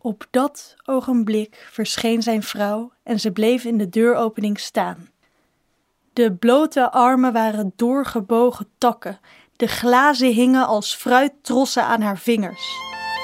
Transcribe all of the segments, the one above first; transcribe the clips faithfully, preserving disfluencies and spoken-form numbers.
Op dat ogenblik verscheen zijn vrouw en ze bleef in de deuropening staan. De blote armen waren doorgebogen takken, de glazen hingen als fruittrossen aan haar vingers.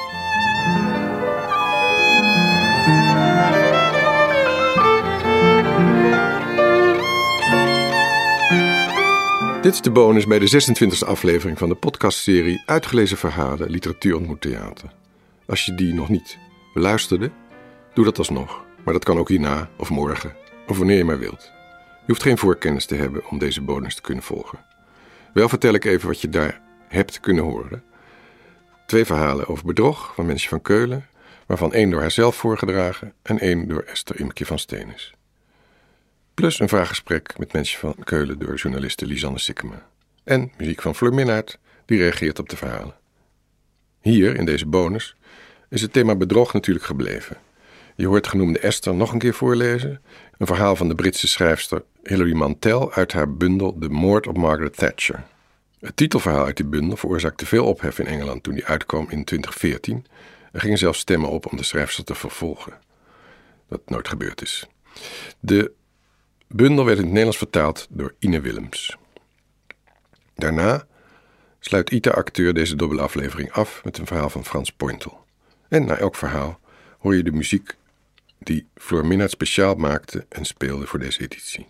Dit is de bonus bij de zesentwintigste aflevering van de podcastserie Uitgelezen Verhalen Literatuur ontmoet theater. Als je die nog niet beluisterde, doe dat alsnog. Maar dat kan ook hierna of morgen of wanneer je maar wilt. Je hoeft geen voorkennis te hebben om deze bonus te kunnen volgen. Wel vertel ik even wat je daar hebt kunnen horen. Twee verhalen over bedrog van Mensje van Keulen, waarvan één door haarzelf voorgedragen en één door Esther Imkje van Steenis. Plus een vraaggesprek met Mensje van Keulen door journaliste Lisanne Sikkema. En muziek van Floor Minnaert, die reageert op de verhalen. Hier, in deze bonus, is het thema bedrog natuurlijk gebleven. Je hoort genoemde Esther nog een keer voorlezen. Een verhaal van de Britse schrijfster Hilary Mantel uit haar bundel De moord op Margaret Thatcher. Het titelverhaal uit die bundel veroorzaakte veel ophef in Engeland toen die uitkwam in twintig veertien. Er gingen zelfs stemmen op om de schrijfster te vervolgen. Dat nooit gebeurd is. De bundel werd in het Nederlands vertaald door Ine Willems. Daarna sluit Ita-acteur deze dubbele aflevering af met een verhaal van Frans Pointel. En na elk verhaal hoor je de muziek die Floor Minnaert speciaal maakte en speelde voor deze editie.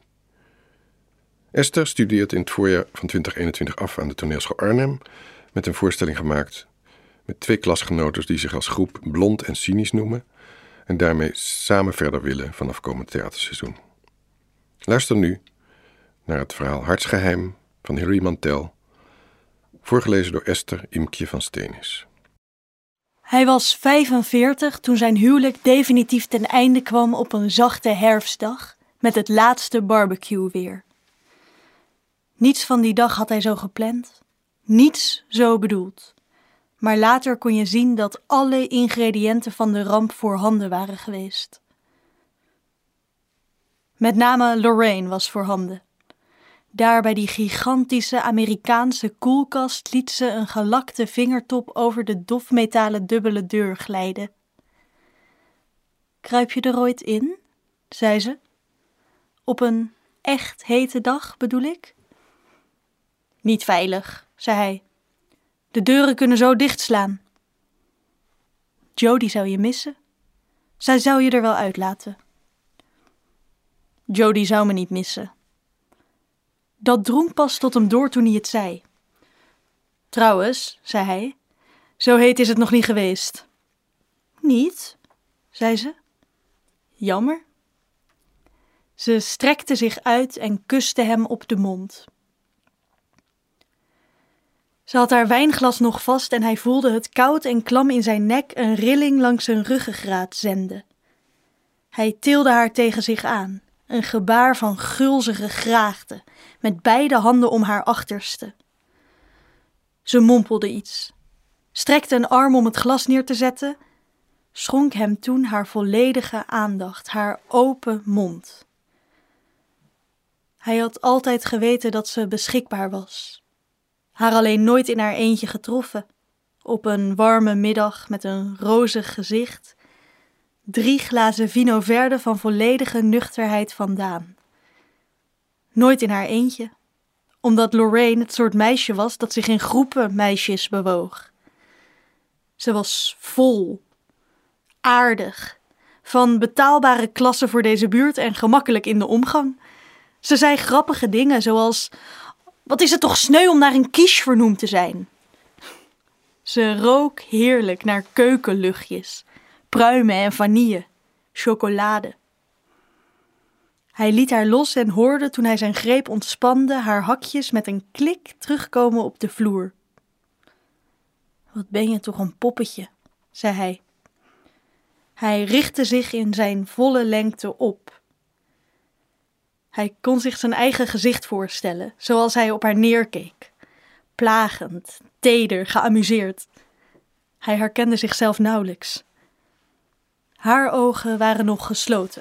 Esther studeert in het voorjaar van twintig eenentwintig af aan de toneelschool Arnhem met een voorstelling gemaakt met twee klasgenoten die zich als groep blond en cynisch noemen en daarmee samen verder willen vanaf komend theaterseizoen. Luister nu naar het verhaal Hartsgeheim van Hilary Mantel, voorgelezen door Esther Imkje van Steenis. Hij was vijfenveertig toen zijn huwelijk definitief ten einde kwam op een zachte herfstdag met het laatste barbecue weer. Niets van die dag had hij zo gepland, niets zo bedoeld. Maar later kon je zien dat alle ingrediënten van de ramp voorhanden waren geweest. Met name Lorraine was voorhanden. Daar bij die gigantische Amerikaanse koelkast liet ze een gelakte vingertop over de dofmetalen dubbele deur glijden. Kruip je er ooit in? Zei ze. Op een echt hete dag, bedoel ik? Niet veilig, zei hij. De deuren kunnen zo dichtslaan. Jodie zou je missen. Zij zou je er wel uitlaten. Jodie zou me niet missen. Dat drong pas tot hem door toen hij het zei. Trouwens, zei hij, zo heet is het nog niet geweest. Niet, zei ze. Jammer. Ze strekte zich uit en kuste hem op de mond. Ze had haar wijnglas nog vast en hij voelde het koud en klam in zijn nek een rilling langs zijn ruggengraat zenden. Hij tilde haar tegen zich aan, een gebaar van gulzige graagte, met beide handen om haar achterste. Ze mompelde iets, strekte een arm om het glas neer te zetten, schonk hem toen haar volledige aandacht, haar open mond. Hij had altijd geweten dat ze beschikbaar was. Haar alleen nooit in haar eentje getroffen. Op een warme middag met een rozig gezicht. Drie glazen vino verde van volledige nuchterheid vandaan. Nooit in haar eentje. Omdat Lorraine het soort meisje was dat zich in groepen meisjes bewoog. Ze was vol. Aardig. Van betaalbare klasse voor deze buurt en gemakkelijk in de omgang. Ze zei grappige dingen zoals: wat is het toch sneu om naar een quiche vernoemd te zijn? Ze rook heerlijk naar keukenluchtjes, pruimen en vanille, chocolade. Hij liet haar los en hoorde toen hij zijn greep ontspande haar hakjes met een klik terugkomen op de vloer. Wat ben je toch een poppetje, zei hij. Hij richtte zich in zijn volle lengte op. Hij kon zich zijn eigen gezicht voorstellen, zoals hij op haar neerkeek. Plagend, teder, geamuseerd. Hij herkende zichzelf nauwelijks. Haar ogen waren nog gesloten.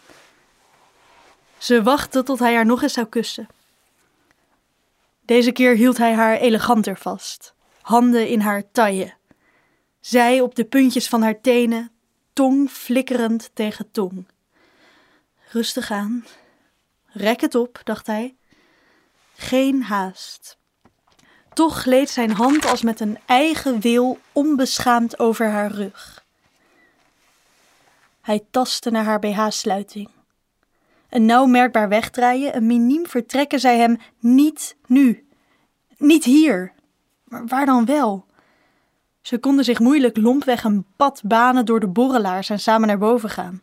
Ze wachtte tot hij haar nog eens zou kussen. Deze keer hield hij haar eleganter vast, handen in haar taille. Zij op de puntjes van haar tenen, tong flikkerend tegen tong. Rustig aan. Rek het op, dacht hij. Geen haast. Toch gleed zijn hand als met een eigen wil onbeschaamd over haar rug. Hij tastte naar haar B H-sluiting. Een nauw merkbaar wegdraaien, een miniem vertrekken, zei hem: niet nu. Niet hier. Maar waar dan wel? Ze konden zich moeilijk lompweg een pad banen door de borrelaars en samen naar boven gaan.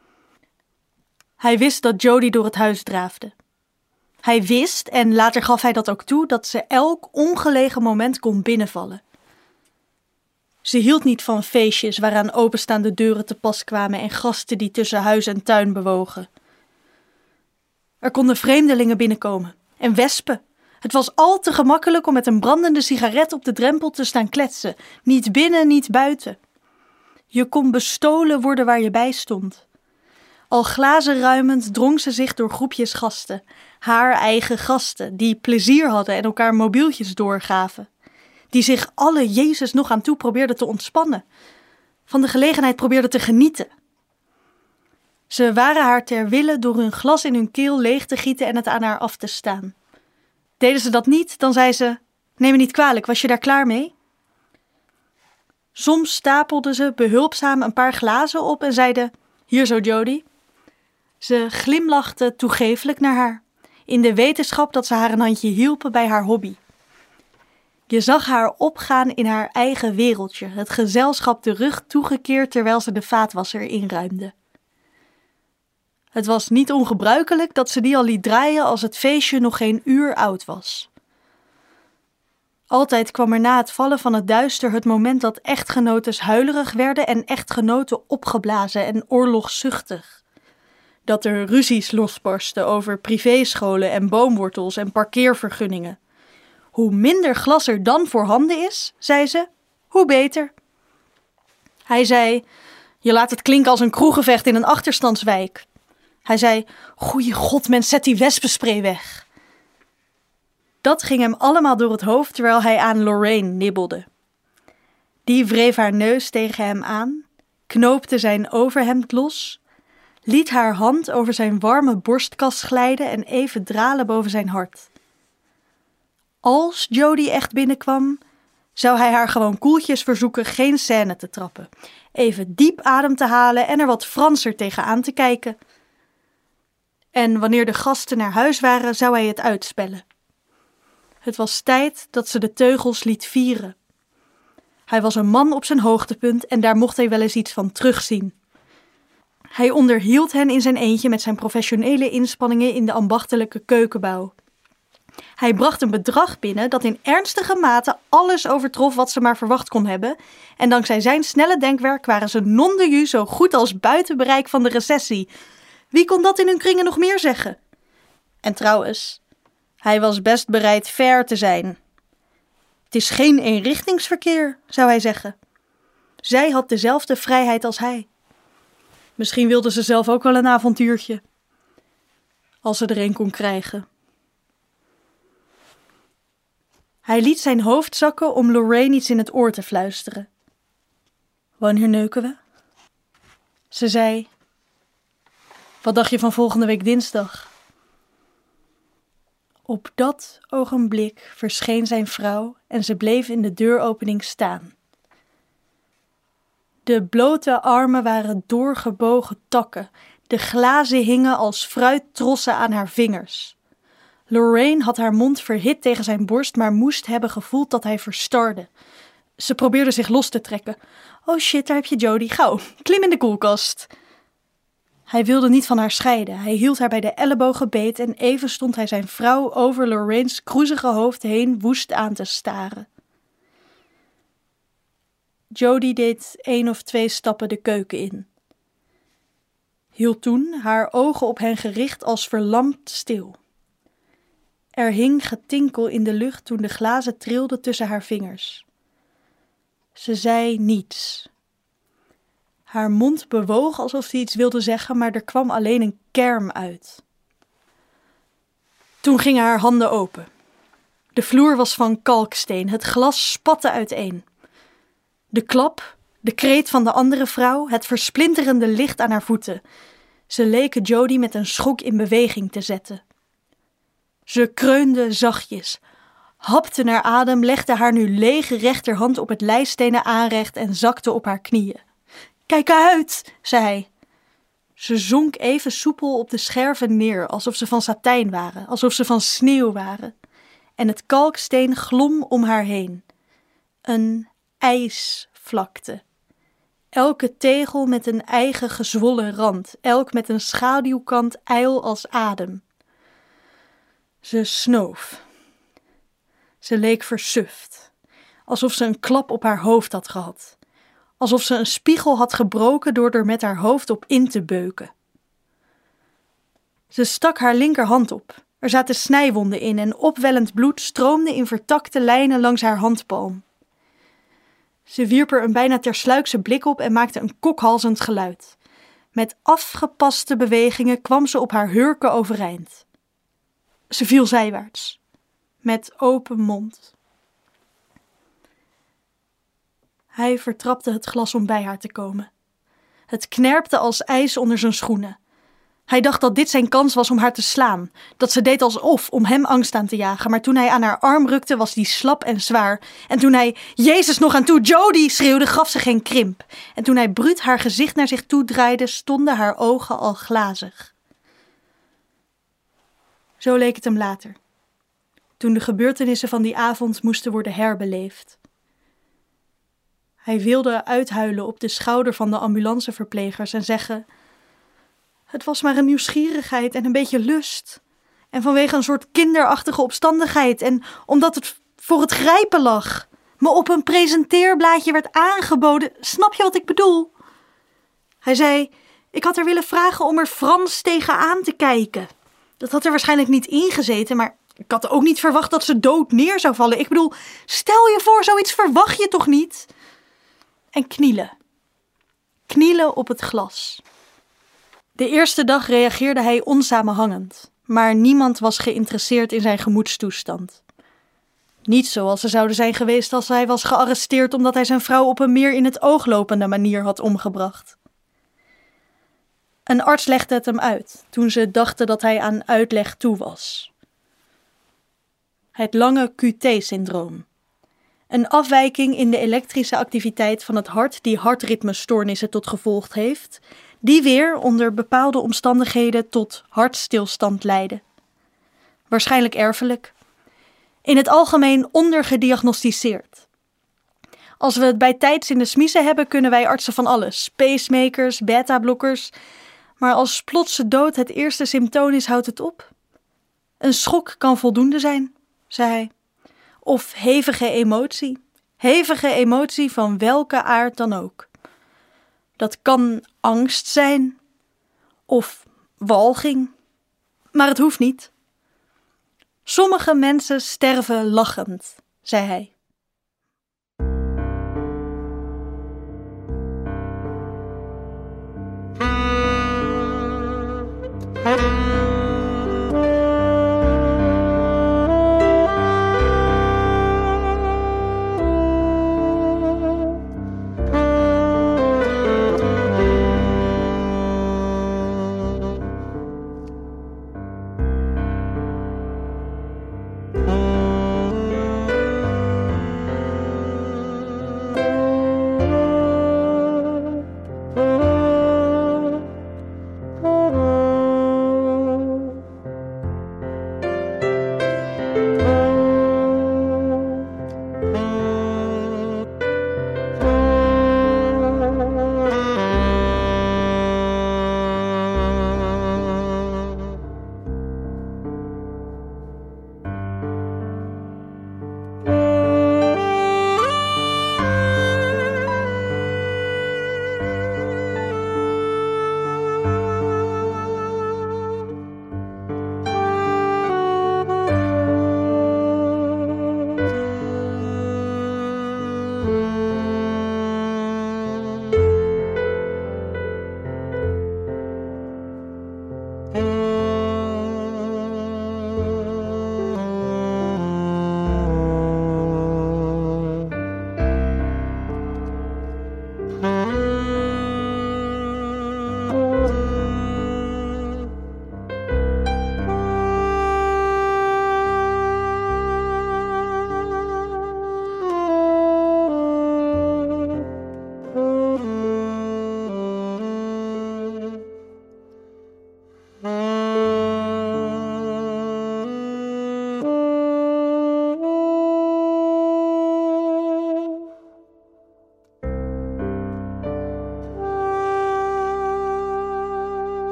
Hij wist dat Jody door het huis draafde. Hij wist, en later gaf hij dat ook toe, dat ze elk ongelegen moment kon binnenvallen. Ze hield niet van feestjes waaraan openstaande deuren te pas kwamen en gasten die tussen huis en tuin bewogen. Er konden vreemdelingen binnenkomen en wespen. Het was al te gemakkelijk om met een brandende sigaret op de drempel te staan kletsen. Niet binnen, niet buiten. Je kon bestolen worden waar je bij stond. Al glazen ruimend drong ze zich door groepjes gasten. Haar eigen gasten, die plezier hadden en elkaar mobieltjes doorgaven. Die zich alle Jezus nog aan toe probeerden te ontspannen. Van de gelegenheid probeerden te genieten. Ze waren haar ter wille door hun glas in hun keel leeg te gieten en het aan haar af te staan. Deden ze dat niet, dan zei ze: neem me niet kwalijk, was je daar klaar mee? Soms stapelde ze behulpzaam een paar glazen op en zeiden: hier zo, Jody. Ze glimlachte toegeeflijk naar haar, in de wetenschap dat ze haar een handje hielpen bij haar hobby. Je zag haar opgaan in haar eigen wereldje, het gezelschap de rug toegekeerd terwijl ze de vaatwasser inruimde. Het was niet ongebruikelijk dat ze die al liet draaien als het feestje nog geen uur oud was. Altijd kwam er na het vallen van het duister het moment dat echtgenotes huilerig werden en echtgenoten opgeblazen en oorlogszuchtig. Dat er ruzies losbarsten over privéscholen en boomwortels en parkeervergunningen. Hoe minder glas er dan voorhanden is, zei ze, hoe beter. Hij zei: je laat het klinken als een kroegevecht in een achterstandswijk. Hij zei: goeie god, mens, zet die wespenspray weg. Dat ging hem allemaal door het hoofd terwijl hij aan Lorraine nibbelde. Die wreef haar neus tegen hem aan, knoopte zijn overhemd los, liet haar hand over zijn warme borstkas glijden en even dralen boven zijn hart. Als Jody echt binnenkwam, zou hij haar gewoon koeltjes verzoeken geen scène te trappen, even diep adem te halen en er wat Franser tegenaan te kijken. En wanneer de gasten naar huis waren, zou hij het uitspellen. Het was tijd dat ze de teugels liet vieren. Hij was een man op zijn hoogtepunt en daar mocht hij wel eens iets van terugzien. Hij onderhield hen in zijn eentje met zijn professionele inspanningen in de ambachtelijke keukenbouw. Hij bracht een bedrag binnen dat in ernstige mate alles overtrof wat ze maar verwacht kon hebben, en dankzij zijn snelle denkwerk waren ze non de jus zo goed als buiten bereik van de recessie. Wie kon dat in hun kringen nog meer zeggen? En trouwens, hij was best bereid fair te zijn. Het is geen eenrichtingsverkeer, zou hij zeggen. Zij had dezelfde vrijheid als hij. Misschien wilde ze zelf ook wel een avontuurtje. Als ze er een kon krijgen. Hij liet zijn hoofd zakken om Lorraine iets in het oor te fluisteren. Wanneer neuken we? Ze zei: wat dacht je van volgende week dinsdag? Op dat ogenblik verscheen zijn vrouw en ze bleef in de deuropening staan. De blote armen waren doorgebogen takken, de glazen hingen als fruittrossen aan haar vingers. Lorraine had haar mond verhit tegen zijn borst, maar moest hebben gevoeld dat hij verstarde. Ze probeerde zich los te trekken. Oh shit, daar heb je Jody, gauw, klim in de koelkast. Hij wilde niet van haar scheiden. Hij hield haar bij de ellebogen beet en even stond hij zijn vrouw over Lorraine's kroezige hoofd heen woest aan te staren. Jody deed één of twee stappen de keuken in. Hield toen, haar ogen op hen gericht, als verlamd stil. Er hing getinkel in de lucht toen de glazen trilden tussen haar vingers. Ze zei niets. Haar mond bewoog alsof ze iets wilde zeggen, maar er kwam alleen een kerm uit. Toen gingen haar handen open. De vloer was van kalksteen, het glas spatte uiteen. De klap, De kreet van de andere vrouw, het versplinterende licht aan haar voeten. Ze leken Jody met een schok in beweging te zetten. Ze kreunde zachtjes, hapte naar adem, legde haar nu lege rechterhand op het lijststenen aanrecht en zakte op haar knieën. Kijk uit, zei hij. Ze zonk even soepel op de scherven neer, alsof ze van satijn waren, alsof ze van sneeuw waren. En het kalksteen glom om haar heen. Een ijsvlakte. Elke tegel met een eigen gezwollen rand, elk met een schaduwkant ijl als adem. Ze snoof. Ze leek versuft, alsof ze een klap op haar hoofd had gehad. Alsof ze een spiegel had gebroken door er met haar hoofd op in te beuken. Ze stak haar linkerhand op. Er zaten snijwonden in en opwellend bloed stroomde in vertakte lijnen langs haar handpalm. Ze wierp er een bijna tersluikse blik op en maakte een kokhalzend geluid. Met afgepaste bewegingen kwam ze op haar hurken overeind. Ze viel zijwaarts, met open mond. Hij vertrapte het glas om bij haar te komen. Het knerpte als ijs onder zijn schoenen. Hij dacht dat dit zijn kans was om haar te slaan, dat ze deed alsof om hem angst aan te jagen, maar toen hij aan haar arm rukte was die slap en zwaar. En toen hij, Jezus nog aan toe, Jody, schreeuwde, gaf ze geen krimp. En toen hij bruut haar gezicht naar zich toe draaide, stonden haar ogen al glazig. Zo leek het hem later, toen de gebeurtenissen van die avond moesten worden herbeleefd. Hij wilde uithuilen op de schouder van de ambulanceverplegers en zeggen: het was maar een nieuwsgierigheid en een beetje lust. En vanwege een soort kinderachtige opstandigheid en omdat het voor het grijpen lag, me op een presenteerblaadje werd aangeboden. Snap je wat ik bedoel? Hij zei, ik had haar willen vragen om er Frans tegenaan te kijken. Dat had er waarschijnlijk niet ingezeten, maar ik had ook niet verwacht dat ze dood neer zou vallen. Ik bedoel, stel je voor, zoiets verwacht je toch niet? En knielen. Knielen op het glas. De eerste dag reageerde hij onsamenhangend, maar niemand was geïnteresseerd in zijn gemoedstoestand. Niet zoals ze zouden zijn geweest als hij was gearresteerd omdat hij zijn vrouw op een meer in het oog lopende manier had omgebracht. Een arts legde het hem uit, toen ze dachten dat hij aan uitleg toe was. Het lange Q T-syndroom. Een afwijking in de elektrische activiteit van het hart die hartritmestoornissen tot gevolg heeft, die weer onder bepaalde omstandigheden tot hartstilstand leiden. Waarschijnlijk erfelijk. In het algemeen ondergediagnosticeerd. Als we het bij tijds in de smiezen hebben, kunnen wij artsen van alles. Pacemakers, beta-blokkers. Maar als plotse dood het eerste symptoom is, houdt het op. Een schok kan voldoende zijn, zei hij. Of hevige emotie. Hevige emotie van welke aard dan ook. Dat kan angst zijn. Of walging. Maar het hoeft niet. Sommige mensen sterven lachend, zei hij.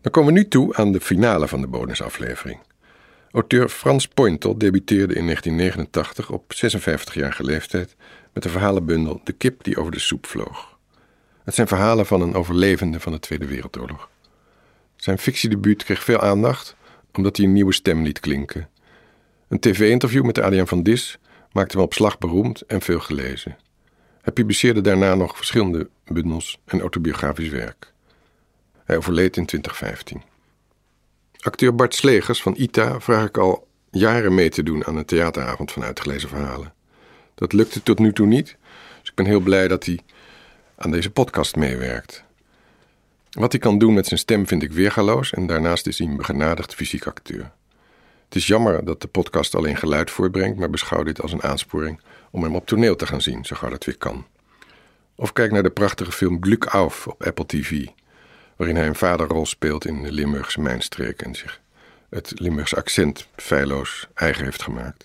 Dan komen we nu toe aan de finale van de bonusaflevering. Auteur Frans Pointel debuteerde in negentien negenentachtig op zesenvijftigjarige leeftijd met de verhalenbundel De kip die over de soep vloog. Het zijn verhalen van een overlevende van de Tweede Wereldoorlog. Zijn fictiedebuut kreeg veel aandacht omdat hij een nieuwe stem liet klinken. Een tv-interview met Adriaan van Dis maakte hem op slag beroemd en veel gelezen. Hij publiceerde daarna nog verschillende bundels en autobiografisch werk. Hij overleed in twintig vijftien. Acteur Bart Slegers van I T A vraag ik al jaren mee te doen aan een theateravond van uitgelezen verhalen. Dat lukte tot nu toe niet, dus ik ben heel blij dat hij aan deze podcast meewerkt. Wat hij kan doen met zijn stem vind ik weergaloos en daarnaast is hij een begenadigd fysiek acteur. Het is jammer dat de podcast alleen geluid voortbrengt, maar beschouw dit als een aansporing om hem op toneel te gaan zien, zo gauw dat weer kan. Of kijk naar de prachtige film Glück auf op Apple T V, waarin hij een vaderrol speelt in de Limburgse mijnstreek en zich het Limburgse accent feilloos eigen heeft gemaakt.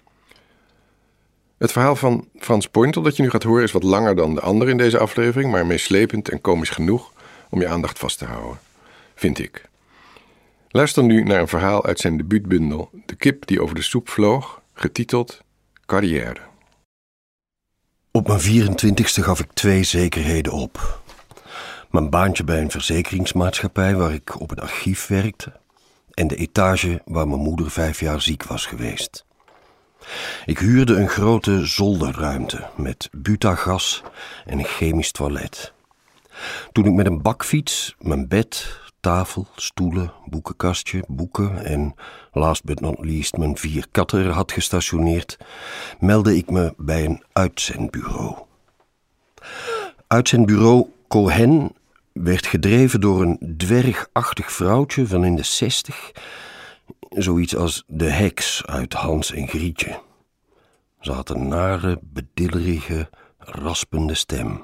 Het verhaal van Frans Pointel dat je nu gaat horen is wat langer dan de andere in deze aflevering, maar meeslepend en komisch genoeg om je aandacht vast te houden, vind ik. Luister nu naar een verhaal uit zijn debuutbundel De kip die over de soep vloog, getiteld Carrière. Op mijn vierentwintigste gaf ik twee zekerheden op. Mijn baantje bij een verzekeringsmaatschappij waar ik op een archief werkte en de etage waar mijn moeder vijf jaar ziek was geweest. Ik huurde een grote zolderruimte met butagas en een chemisch toilet. Toen ik met een bakfiets mijn bed, tafel, stoelen, boekenkastje, boeken en last but not least mijn vier katten er had gestationeerd, meldde ik me bij een uitzendbureau. Uitzendbureau Cohen werd gedreven door een dwergachtig vrouwtje van in de zestig, zoiets als de heks uit Hans en Grietje. Ze had een nare, bedillerige, raspende stem.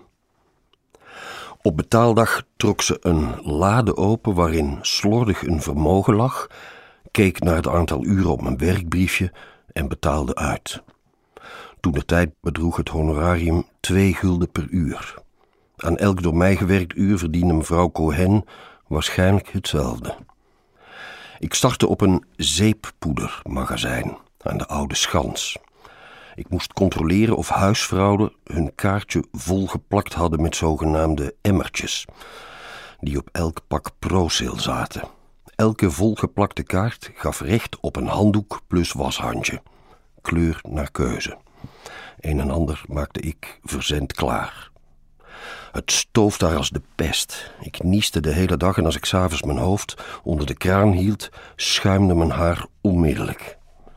Op betaaldag trok ze een lade open waarin slordig een vermogen lag, keek naar het aantal uren op mijn werkbriefje en betaalde uit. Toen de tijd bedroeg het honorarium twee gulden per uur. Aan elk door mij gewerkt uur verdiende mevrouw Cohen waarschijnlijk hetzelfde. Ik startte op een zeeppoedermagazijn aan de Oude Schans. Ik moest controleren of huisvrouwen hun kaartje volgeplakt hadden met zogenaamde emmertjes, die op elk pak Procil zaten. Elke volgeplakte kaart gaf recht op een handdoek plus washandje. Kleur naar keuze. Een en ander maakte ik verzend klaar. Het stoof daar als de pest. Ik nieste de hele dag en als ik 's avonds mijn hoofd onder de kraan hield, schuimde mijn haar onmiddellijk.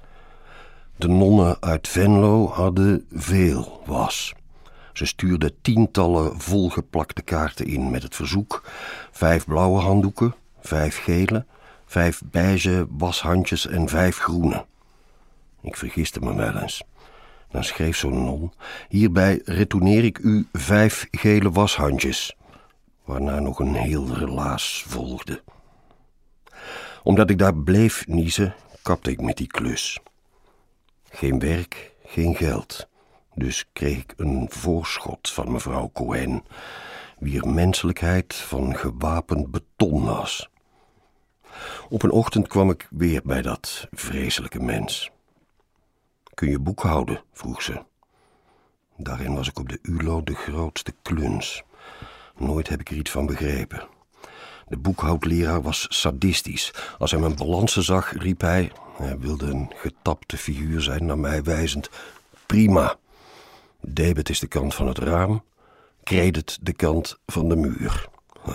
De nonnen uit Venlo hadden veel was. Ze stuurden tientallen volgeplakte kaarten in met het verzoek vijf blauwe handdoeken, vijf gele, vijf beige washandjes en vijf groene. Ik vergiste me wel eens. Dan schreef zo'n non: hierbij retourneer ik u vijf gele washandjes, waarna nog een heel relaas volgde. Omdat ik daar bleef niezen, kapte ik met die klus. Geen werk, geen geld. Dus kreeg ik een voorschot van mevrouw Cohen, wier menselijkheid van gewapend beton was. Op een ochtend kwam ik weer bij dat vreselijke mens. Kun je boekhouden? Vroeg ze. Daarin was ik op de U L O de grootste kluns. Nooit heb ik er iets van begrepen. De boekhoudleraar was sadistisch. Als hij mijn balansen zag, riep hij, hij wilde een getapte figuur zijn naar mij wijzend, prima. Debet is de kant van het raam, credit de kant van de muur.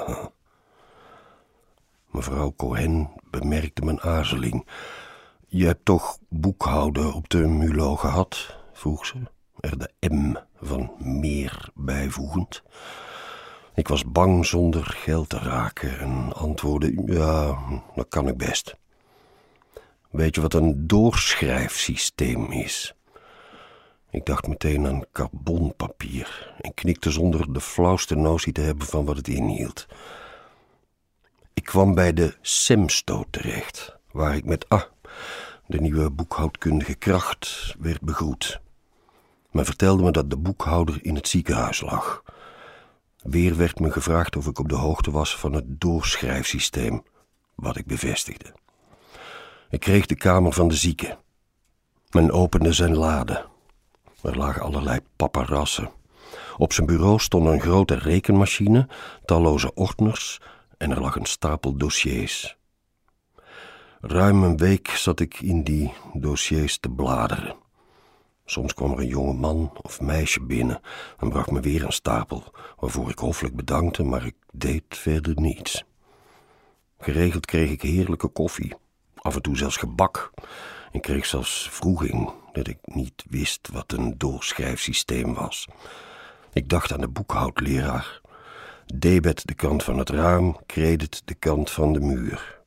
Mevrouw Cohen bemerkte mijn aarzeling. Je hebt toch boekhouden op de M U L O gehad? Vroeg ze, er de M van meer bijvoegend. Ik was bang zonder geld te raken en antwoordde, ja, dat kan ik best. Weet je wat een doorschrijfsysteem is? Ik dacht meteen aan carbonpapier en knikte zonder de flauwste notie te hebben van wat het inhield. Ik kwam bij de Semsto terecht, waar ik met ah, de nieuwe boekhoudkundige kracht werd begroet. Men vertelde me dat de boekhouder in het ziekenhuis lag. Weer werd me gevraagd of ik op de hoogte was van het doorschrijfsysteem. wat ik bevestigde. Ik kreeg de kamer van de zieke. Men opende zijn lade. Er lagen allerlei paparassen. Op zijn bureau stond een grote rekenmachine, talloze ordners en er lag een stapel dossiers. Ruim een week zat ik in die dossiers te bladeren. Soms kwam er een jonge man of meisje binnen en bracht me weer een stapel, waarvoor ik hoffelijk bedankte, maar ik deed verder niets. Geregeld kreeg ik heerlijke koffie, af en toe zelfs gebak. Ik kreeg zelfs vroeging dat ik niet wist wat een doorschrijfsysteem was. Ik dacht aan de boekhoudleraar. Debet de kant van het raam, credit de kant van de muur.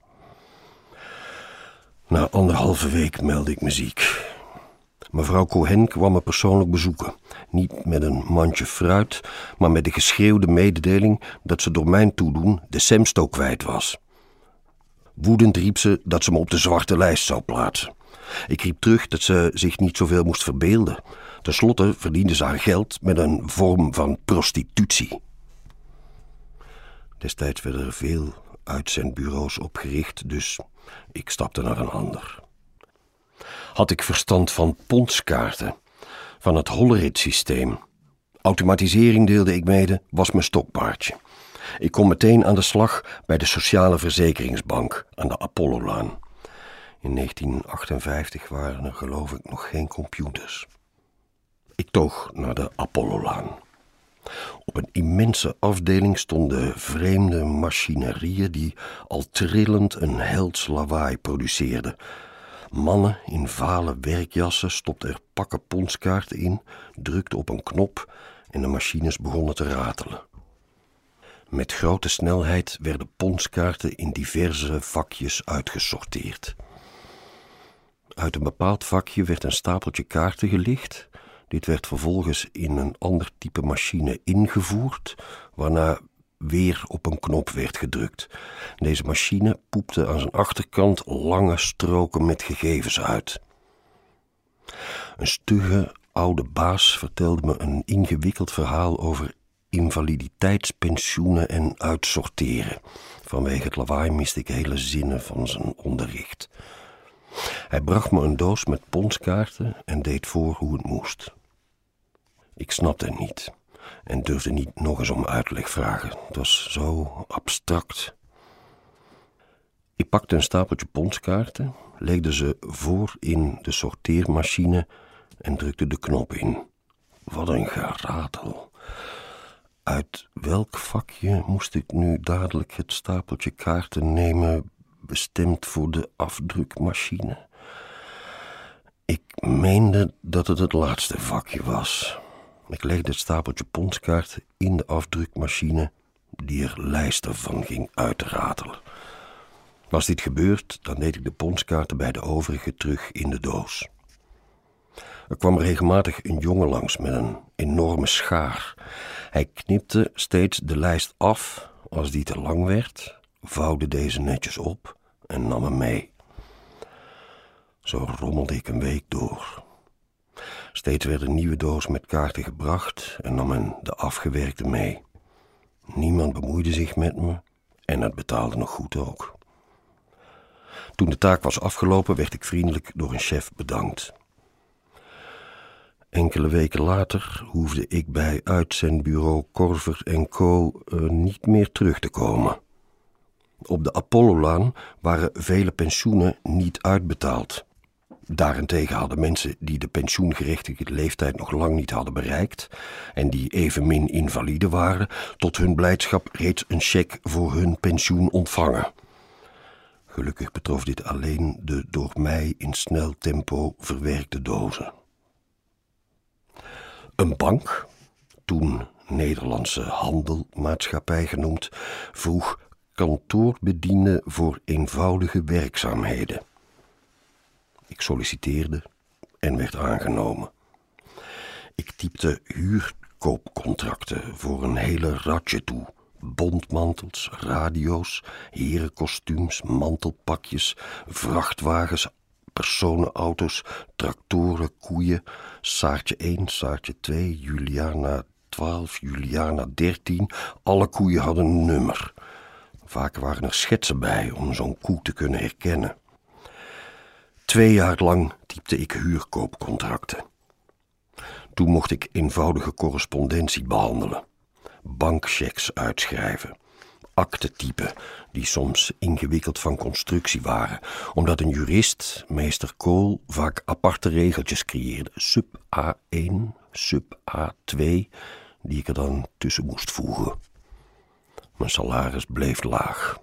Na anderhalve week meldde ik me ziek. Mevrouw Cohen kwam me persoonlijk bezoeken. Niet met een mandje fruit, maar met de geschreeuwde mededeling dat ze door mijn toedoen de Semsto kwijt was. Woedend riep ze dat ze me op de zwarte lijst zou plaatsen. Ik riep terug dat ze zich niet zoveel moest verbeelden. Ten slotte verdiende ze haar geld met een vorm van prostitutie. Destijds werden er veel uitzendbureaus opgericht, dus ik stapte naar een ander. Had ik verstand van pondskaarten, van het Hollerit-systeem. Automatisering, deelde ik mede, was mijn stokpaardje. Ik kon meteen aan de slag bij de Sociale Verzekeringsbank aan de Apollolaan. In negentien achtenvijftig waren er geloof ik nog geen computers. Ik toog naar de Apollolaan. Op een immense afdeling stonden vreemde machinerieën die al trillend een helds lawaai produceerden. Mannen in vale werkjassen stopten er pakken pondskaarten in, drukten op een knop en de machines begonnen te ratelen. Met grote snelheid werden pondskaarten in diverse vakjes uitgesorteerd. Uit een bepaald vakje werd een stapeltje kaarten gelicht. Dit werd vervolgens in een ander type machine ingevoerd, waarna weer op een knop werd gedrukt. Deze machine poepte aan zijn achterkant lange stroken met gegevens uit. Een stugge oude baas vertelde me een ingewikkeld verhaal over invaliditeitspensioenen en uitsorteren. Vanwege het lawaai miste ik hele zinnen van zijn onderricht. Hij bracht me een doos met pondskaarten en deed voor hoe het moest. Ik snapte het niet en durfde niet nog eens om uitleg vragen. Het was zo abstract. Ik pakte een stapeltje pondskaarten, legde ze voor in de sorteermachine en drukte de knop in. Wat een geratel. Uit welk vakje moest ik nu dadelijk het stapeltje kaarten nemen, bestemd voor de afdrukmachine? Ik meende dat het het laatste vakje was. Ik legde het stapeltje pondskaarten in de afdrukmachine, die er lijsten van ging uitratelen. Was dit gebeurd, dan deed ik de pondskaarten bij de overige terug in de doos. Er kwam regelmatig een jongen langs met een enorme schaar. Hij knipte steeds de lijst af als die te lang werd, vouwde deze netjes op en nam hem mee. Zo rommelde ik een week door. Steeds werd een nieuwe doos met kaarten gebracht en nam men de afgewerkte mee. Niemand bemoeide zich met me en het betaalde nog goed ook. Toen de taak was afgelopen, werd ik vriendelijk door een chef bedankt. Enkele weken later hoefde ik bij uitzendbureau Korver en Co. Uh, niet meer terug te komen. Op de Apollolaan waren vele pensioenen niet uitbetaald. Daarentegen hadden mensen die de pensioengerechtigde leeftijd nog lang niet hadden bereikt en die evenmin invalide waren, tot hun blijdschap reeds een cheque voor hun pensioen ontvangen. Gelukkig betrof dit alleen de door mij in snel tempo verwerkte dozen. Een bank, toen Nederlandse Handelmaatschappij genoemd, vroeg kantoorbedienden voor eenvoudige werkzaamheden. Ik solliciteerde en werd aangenomen. Ik typte huurkoopcontracten voor een hele ratje toe. Bontmantels, radio's, herenkostuums, mantelpakjes, vrachtwagens, personenauto's, tractoren, koeien, Saartje één, Saartje twee, Juliana twaalf, Juliana dertien. Alle koeien hadden een nummer. Vaak waren er schetsen bij om zo'n koe te kunnen herkennen. Twee jaar lang typte ik huurkoopcontracten. Toen mocht ik eenvoudige correspondentie behandelen, bankchecks uitschrijven, akten typen die soms ingewikkeld van constructie waren, omdat een jurist, meester Kool, vaak aparte regeltjes creëerde, sub A één, sub A twee, die ik er dan tussen moest voegen. Mijn salaris bleef laag.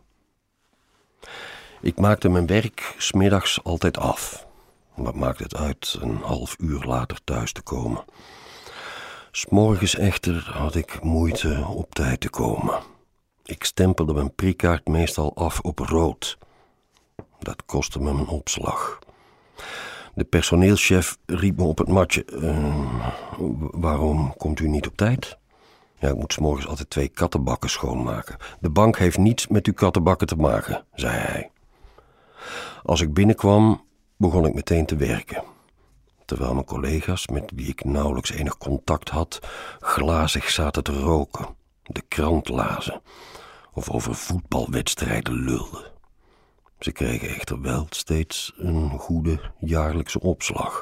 Ik maakte mijn werk 's middags altijd af. Wat maakt het uit een half uur later thuis te komen? 'S Morgens echter had ik moeite op tijd te komen. Ik stempelde mijn prikkaart meestal af op rood. Dat kostte me mijn opslag. De personeelschef riep me op het matje. Uh, waarom komt u niet op tijd? Ja, ik moet 's morgens altijd twee kattenbakken schoonmaken. De bank heeft niets met uw kattenbakken te maken, zei hij. Als ik binnenkwam, begon ik meteen te werken. Terwijl mijn collega's, met wie ik nauwelijks enig contact had, glazig zaten te roken, de krant lazen of over voetbalwedstrijden lulden. Ze kregen echter wel steeds een goede jaarlijkse opslag.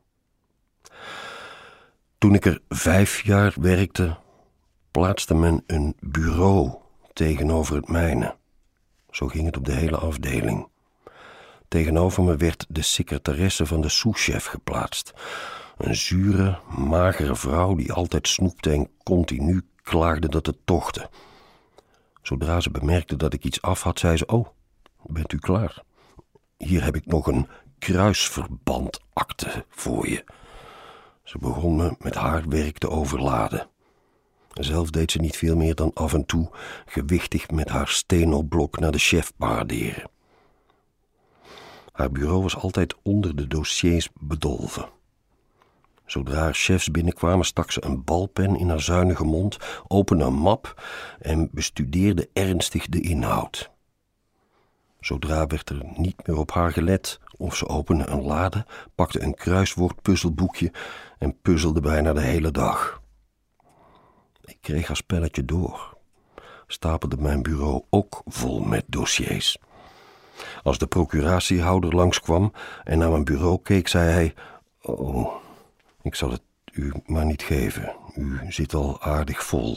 Toen ik er vijf jaar werkte, plaatste men een bureau tegenover het mijne. Zo ging het op de hele afdeling. Tegenover me werd de secretaresse van de souschef geplaatst. Een zure, magere vrouw die altijd snoepte en continu klaagde dat het tochtte. Zodra ze bemerkte dat ik iets af had, zei ze: "Oh, bent u klaar? Hier heb ik nog een kruisverbandakte voor je." Ze begon me met haar werk te overladen. Zelf deed ze niet veel meer dan af en toe gewichtig met haar stenoblok naar de chef paraderen. Haar bureau was altijd onder de dossiers bedolven. Zodra haar chefs binnenkwamen, stak ze een balpen in haar zuinige mond, opende een map en bestudeerde ernstig de inhoud. Zodra werd er niet meer op haar gelet, of ze opende een lade, pakte een kruiswoordpuzzelboekje en puzzelde bijna de hele dag. Ik kreeg haar spelletje door, stapelde mijn bureau ook vol met dossiers. Als de procuratiehouder langskwam en naar mijn bureau keek, zei hij: "Oh, ik zal het u maar niet geven. U zit al aardig vol."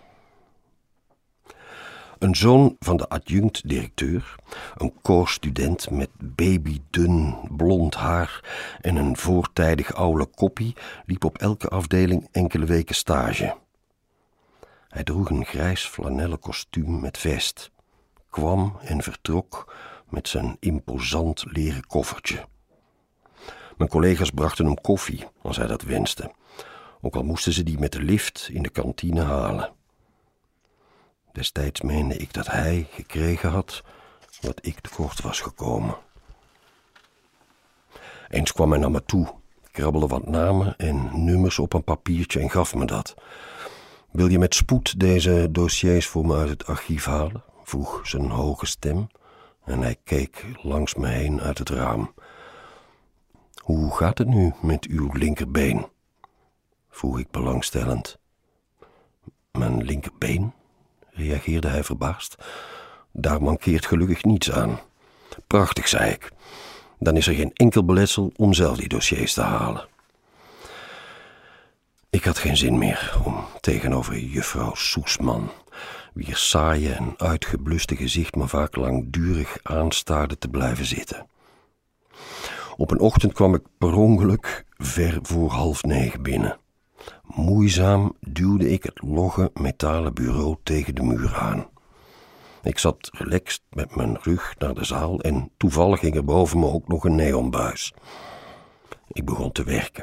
Een zoon van de adjunct-directeur, een co-student met babydun blond haar en een voortijdig oude koppie, liep op elke afdeling enkele weken stage. Hij droeg een grijs flanellen kostuum met vest, kwam en vertrok met zijn imposant leren koffertje. Mijn collega's brachten hem koffie als hij dat wenste, ook al moesten ze die met de lift in de kantine halen. Destijds meende ik dat hij gekregen had wat ik tekort was gekomen. Eens kwam hij naar me toe, krabbelde wat namen en nummers op een papiertje en gaf me dat. "Wil je met spoed deze dossiers voor me uit het archief halen?" vroeg zijn hoge stem en hij keek langs me heen uit het raam. "Hoe gaat het nu met uw linkerbeen?" vroeg ik belangstellend. "Mijn linkerbeen?" reageerde hij verbaasd. "Daar mankeert gelukkig niets aan." "Prachtig," zei ik. "Dan is er geen enkel beletsel om zelf die dossiers te halen." Ik had geen zin meer om tegenover juffrouw Soesman, wier saaie en uitgebluste gezicht me vaak langdurig aanstaarde, te blijven zitten. Op een ochtend kwam ik per ongeluk ver voor half negen binnen. Moeizaam duwde ik het logge metalen bureau tegen de muur aan. Ik zat relaxed met mijn rug naar de zaal en toevallig ging er boven me ook nog een neonbuis. Ik begon te werken.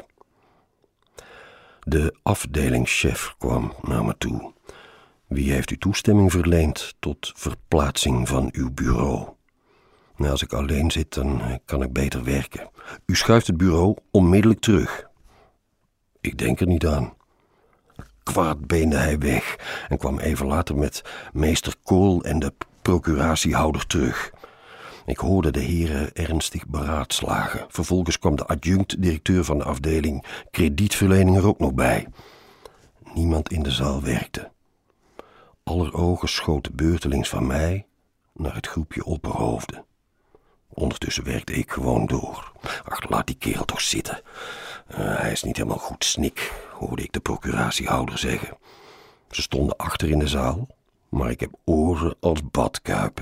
De afdelingschef kwam naar me toe. "Wie heeft u toestemming verleend tot verplaatsing van uw bureau?" Nou, als ik alleen zit, dan kan ik beter werken. "U schuift het bureau onmiddellijk terug." Ik denk er niet aan. Kwaad beende hij weg en kwam even later met meester Kool en de procuratiehouder terug. Ik hoorde de heren ernstig beraadslagen. Vervolgens kwam de adjunct-directeur van de afdeling kredietverlening er ook nog bij. Niemand in de zaal werkte. Aller ogen schoten beurtelings van mij naar het groepje opperhoofden. Ondertussen werkte ik gewoon door. Ach, laat die kerel toch zitten. Uh, hij is niet helemaal goed snik, hoorde ik de procuratiehouder zeggen. Ze stonden achter in de zaal, maar ik heb oren als badkuipen.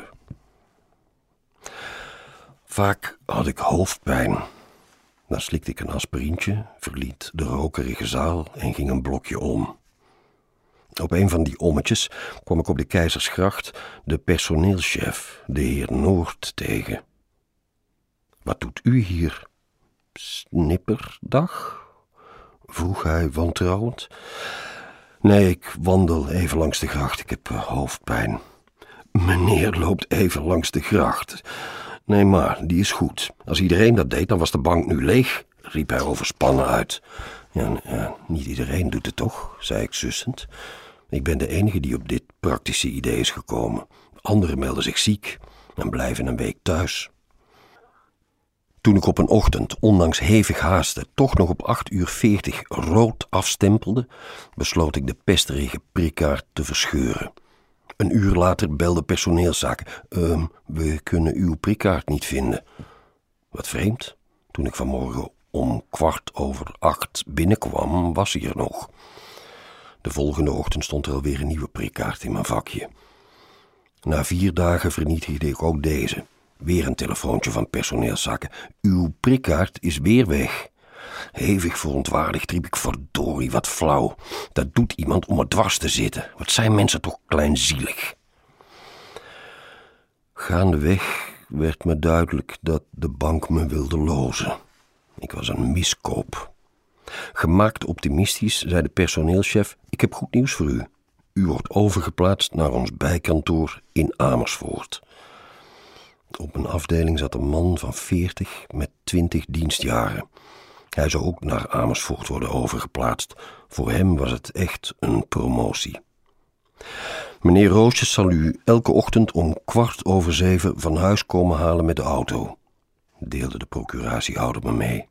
Vaak had ik hoofdpijn. Dan slikte ik een aspirintje, verliet de rokerige zaal en ging een blokje om. Op een van die ommetjes kwam ik op de Keizersgracht de personeelschef, de heer Noord, tegen. Wat doet u hier? Snipperdag? Vroeg hij wantrouwend. Nee, ik wandel even langs de gracht, ik heb hoofdpijn. Meneer loopt even langs de gracht. Nee, maar die is goed. Als iedereen dat deed, dan was de bank nu leeg, riep hij overspannen uit. Ja, ja, niet iedereen doet het toch, zei ik sussend. Ik ben de enige die op dit praktische idee is gekomen. Anderen melden zich ziek en blijven een week thuis. Toen ik op een ochtend, ondanks hevig haasten, toch nog op acht uur veertig rood afstempelde, besloot ik de pesterige prikkaart te verscheuren. Een uur later belde personeelszaken. Um, we kunnen uw prikkaart niet vinden. Wat vreemd. Toen ik vanmorgen om kwart over acht binnenkwam, was hij er nog. De volgende ochtend stond er alweer een nieuwe prikkaart in mijn vakje. Na vier dagen vernietigde ik ook deze. Weer een telefoontje van personeelszaken. Uw prikkaart is weer weg. Hevig verontwaardigd riep ik, verdorie, wat flauw. Dat doet iemand om er dwars te zitten. Wat zijn mensen toch kleinzielig. Gaandeweg werd me duidelijk dat de bank me wilde lozen. Ik was een miskoop. Gemaakt optimistisch zei de personeelschef, ik heb goed nieuws voor u. U wordt overgeplaatst naar ons bijkantoor in Amersfoort. Op een afdeling zat een man van veertig met twintig dienstjaren. Hij zou ook naar Amersfoort worden overgeplaatst. Voor hem was het echt een promotie. Meneer Roosjes zal u elke ochtend om kwart over zeven van huis komen halen met de auto, deelde de procuratiehouder me mee.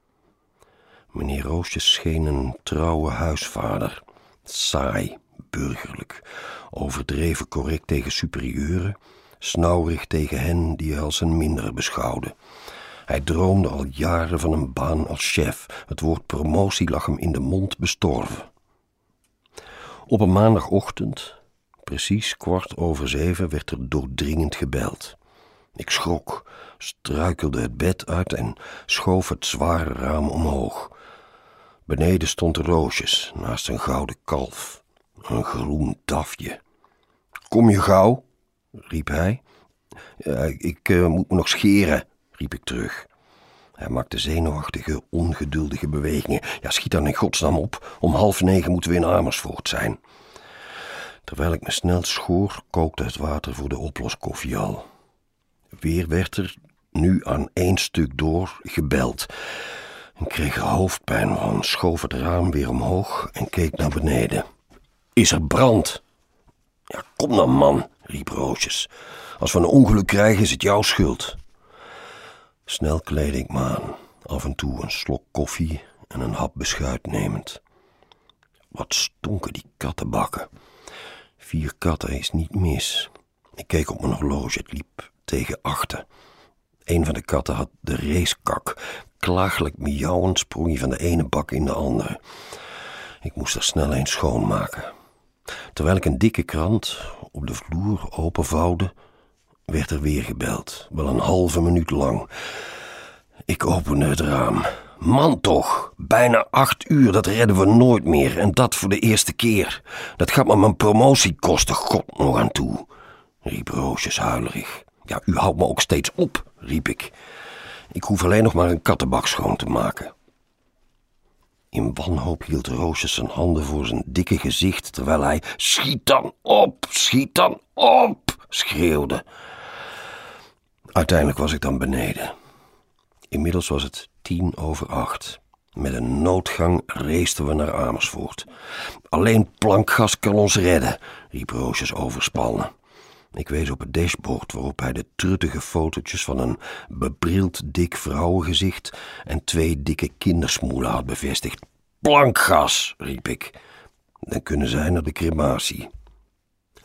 Meneer Roosjes scheen een trouwe huisvader. Saai, burgerlijk, overdreven correct tegen superieuren, snauwig tegen hen die hij als zijn minder beschouwde. Hij droomde al jaren van een baan als chef. Het woord promotie lag hem in de mond bestorven. Op een maandagochtend, precies kwart over zeven, werd er doordringend gebeld. Ik schrok, struikelde het bed uit en schoof het zware raam omhoog. Beneden stond Roosjes, naast een gouden kalf, een groen tafje. Kom je gauw? Riep hij. Ja, ik uh, moet me nog scheren, riep ik terug. Hij maakte zenuwachtige, ongeduldige bewegingen. Ja, schiet dan in godsnaam op. Om half negen moeten we in Amersfoort zijn. Terwijl ik me snel schoor, kookte het water voor de oploskoffie al. Weer werd er, nu aan één stuk door, gebeld. Ik kreeg er hoofdpijn van, schoof het raam weer omhoog en keek naar beneden. Is er brand? Ja, kom dan, man, riep Roosjes. Als we een ongeluk krijgen, is het jouw schuld. Snel kleedde ik me aan, af en toe een slok koffie en een hap beschuit nemend. Wat stonken die kattenbakken. Vier katten is niet mis. Ik keek op mijn horloge, het liep tegen achten. Een van de katten had de racekak. Klagelijk miauwend sprong hij van de ene bak in de andere. Ik moest er snel een schoonmaken. Terwijl ik een dikke krant op de vloer openvouwde, werd er weer gebeld, wel een halve minuut lang. Ik opende het raam. Man toch, bijna acht uur, dat redden we nooit meer. En dat voor de eerste keer. Dat gaat me mijn promotie kosten, God nog aan toe, riep Roosjes huilerig. Ja, u houdt me ook steeds op, riep ik. Ik hoef alleen nog maar een kattenbak schoon te maken. In wanhoop hield Roosjes zijn handen voor zijn dikke gezicht, terwijl hij, schiet dan op, schiet dan op, schreeuwde. Uiteindelijk was ik dan beneden. Inmiddels was het tien over acht. Met een noodgang raceten we naar Amersfoort. Alleen plankgas kan ons redden, riep Roosjes overspannen. Ik wees op het dashboard waarop hij de truttige fotootjes van een bebrild dik vrouwengezicht en twee dikke kindersmoelen had bevestigd. Plankgas, riep ik. Dan kunnen zij naar de crematie.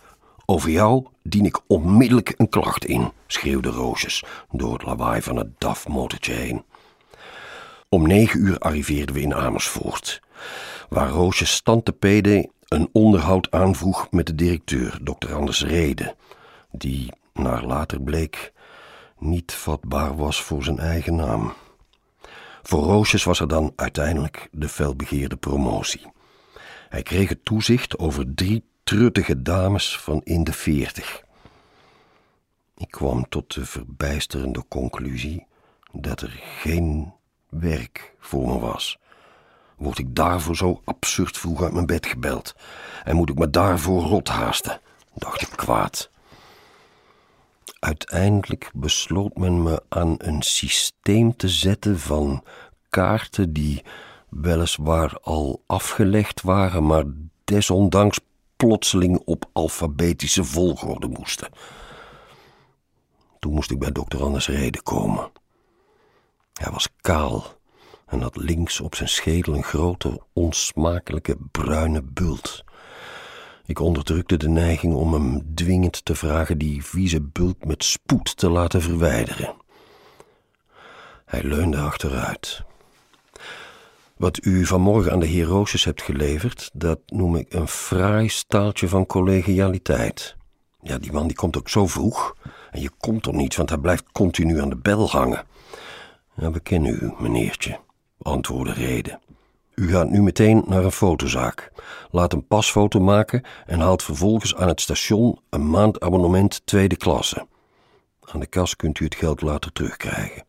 Over jou dien ik onmiddellijk een klacht in, schreeuwde Roosjes door het lawaai van het D A F-motortje heen. Om negen uur arriveerden we in Amersfoort, waar Roosjes tante Pede een onderhoud aanvroeg met de directeur, dokter Anders Rede, die, naar later bleek, niet vatbaar was voor zijn eigen naam. Voor Roosjes was er dan uiteindelijk de felbegeerde promotie. Hij kreeg het toezicht over drie truttige dames van in de veertig. Ik kwam tot de verbijsterende conclusie dat er geen werk voor me was. Word ik daarvoor zo absurd vroeg uit mijn bed gebeld en moet ik me daarvoor rot haasten, dacht ik kwaad. Uiteindelijk besloot men me aan een systeem te zetten van kaarten die weliswaar al afgelegd waren, maar desondanks plotseling op alfabetische volgorde moesten. Toen moest ik bij dokter Anders Rede komen. Hij was kaal en had links op zijn schedel een grote, onsmakelijke bruine bult. Ik onderdrukte de neiging om hem dwingend te vragen die vieze bult met spoed te laten verwijderen. Hij leunde achteruit. Wat u vanmorgen aan de heer Roosjes hebt geleverd, dat noem ik een fraai staaltje van collegialiteit. Ja, die man die komt ook zo vroeg. En je komt er niet, want hij blijft continu aan de bel hangen. Ja, we kennen u, meneertje, antwoordde Rede. U gaat nu meteen naar een fotozaak. Laat een pasfoto maken en haalt vervolgens aan het station een maandabonnement tweede klasse. Aan de kas kunt u het geld later terugkrijgen.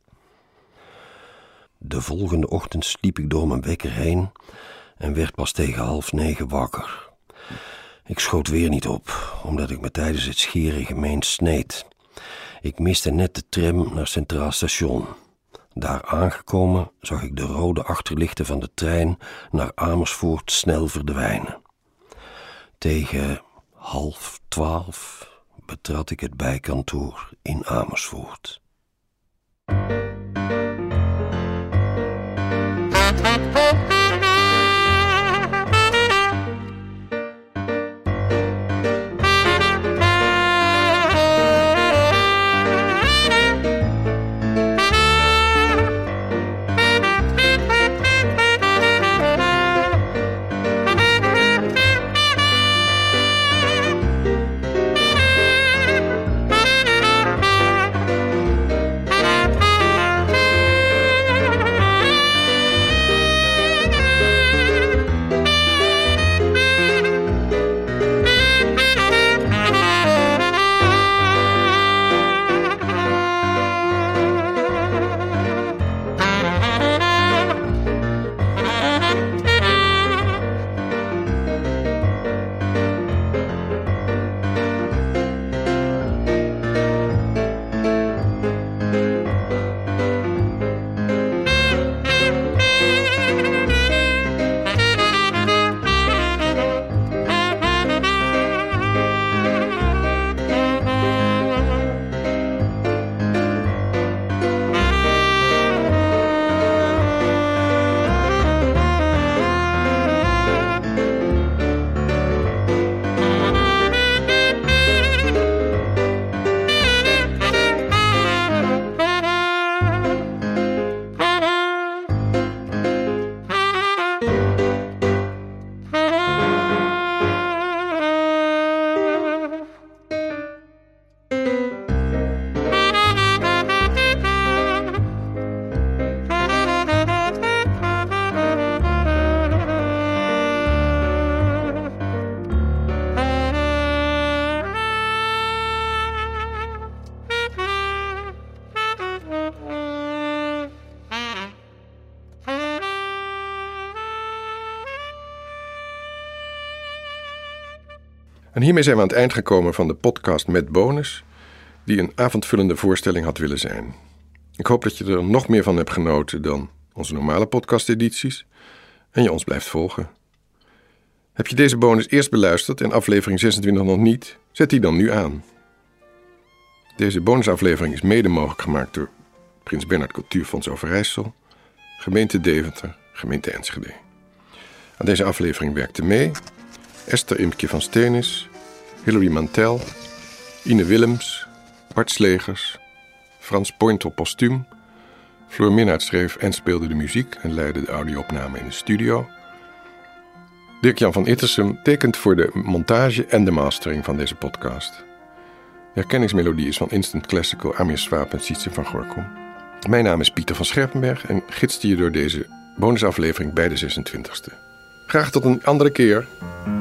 De volgende ochtend sliep ik door mijn wekker heen en werd pas tegen half negen wakker. Ik schoot weer niet op, omdat ik me tijdens het scheren gemeen sneed. Ik miste net de tram naar Centraal Station. Daar aangekomen zag ik de rode achterlichten van de trein naar Amersfoort snel verdwijnen. Tegen half twaalf betrad ik het bijkantoor in Amersfoort. En hiermee zijn we aan het eind gekomen van de podcast Met Bonus, die een avondvullende voorstelling had willen zijn. Ik hoop dat je er nog meer van hebt genoten dan onze normale podcastedities en je ons blijft volgen. Heb je deze bonus eerst beluisterd en aflevering zesentwintig nog niet? Zet die dan nu aan. Deze bonusaflevering is mede mogelijk gemaakt door Prins Bernhard Cultuurfonds Overijssel, gemeente Deventer, gemeente Enschede. Aan deze aflevering werkte mee Esther Imkje van Steenis, Hilary Mantel, Ine Willems, Bart Slegers, Frans Pointel postuum. Floor Minnaert schreef en speelde de muziek en leidde de audio-opname in de studio. Dirk-Jan van Ittersum tekent voor de montage en de mastering van deze podcast. De herkenningsmelodie is van Instant Classical, Amir Swaap en Sietse van Gorkom. Mijn naam is Pieter van Scherpenberg en gidste je door deze bonusaflevering bij de zesentwintigste. Graag tot een andere keer.